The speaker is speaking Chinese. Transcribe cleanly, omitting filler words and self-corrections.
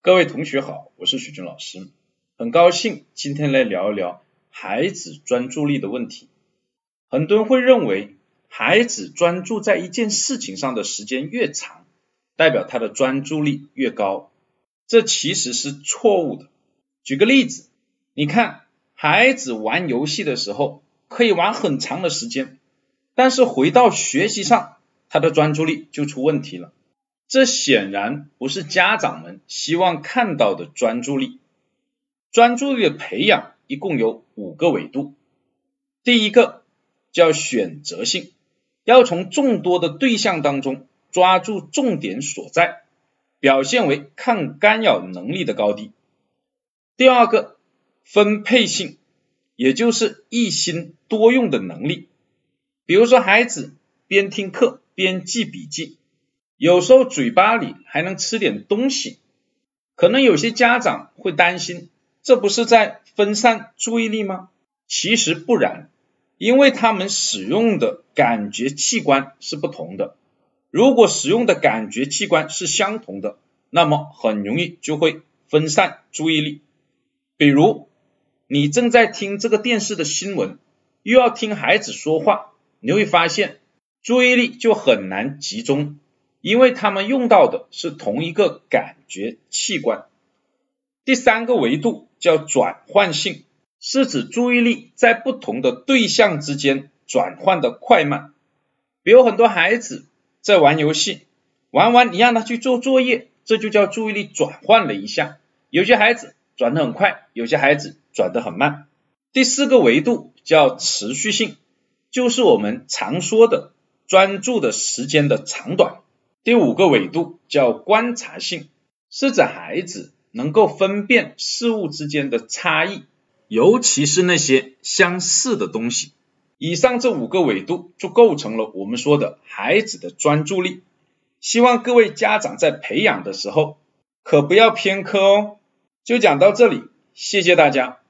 各位同学好，我是许军老师，很高兴今天来聊一聊孩子专注力的问题。很多人会认为孩子专注在一件事情上的时间越长，代表他的专注力越高，这其实是错误的。举个例子，你看孩子玩游戏的时候可以玩很长的时间，但是回到学习上，他的专注力就出问题了。这显然不是家长们希望看到的专注力。专注力的培养一共有5个维度。第一个叫选择性，要从众多的对象当中抓住重点所在，表现为抗干扰能力的高低。第二个分配性，也就是一心多用的能力。比如说孩子边听课边记笔记，有时候嘴巴里还能吃点东西，可能有些家长会担心，这不是在分散注意力吗？其实不然，因为他们使用的感觉器官是不同的。如果使用的感觉器官是相同的，那么很容易就会分散注意力。比如你正在听这个电视的新闻，又要听孩子说话，你会发现注意力就很难集中，因为他们用到的是同一个感觉器官。第3个维度叫转换性，是指注意力在不同的对象之间转换的快慢。比如很多孩子在玩游戏，玩完你让他去做作业，这就叫注意力转换了一下。有些孩子转得很快，有些孩子转得很慢。第4个维度叫持续性，就是我们常说的专注的时间的长短。第5个维度叫观察性，是指孩子能够分辨事物之间的差异，尤其是那些相似的东西。以上这5个维度就构成了我们说的孩子的专注力。希望各位家长在培养的时候可不要偏科哦。就讲到这里，谢谢大家。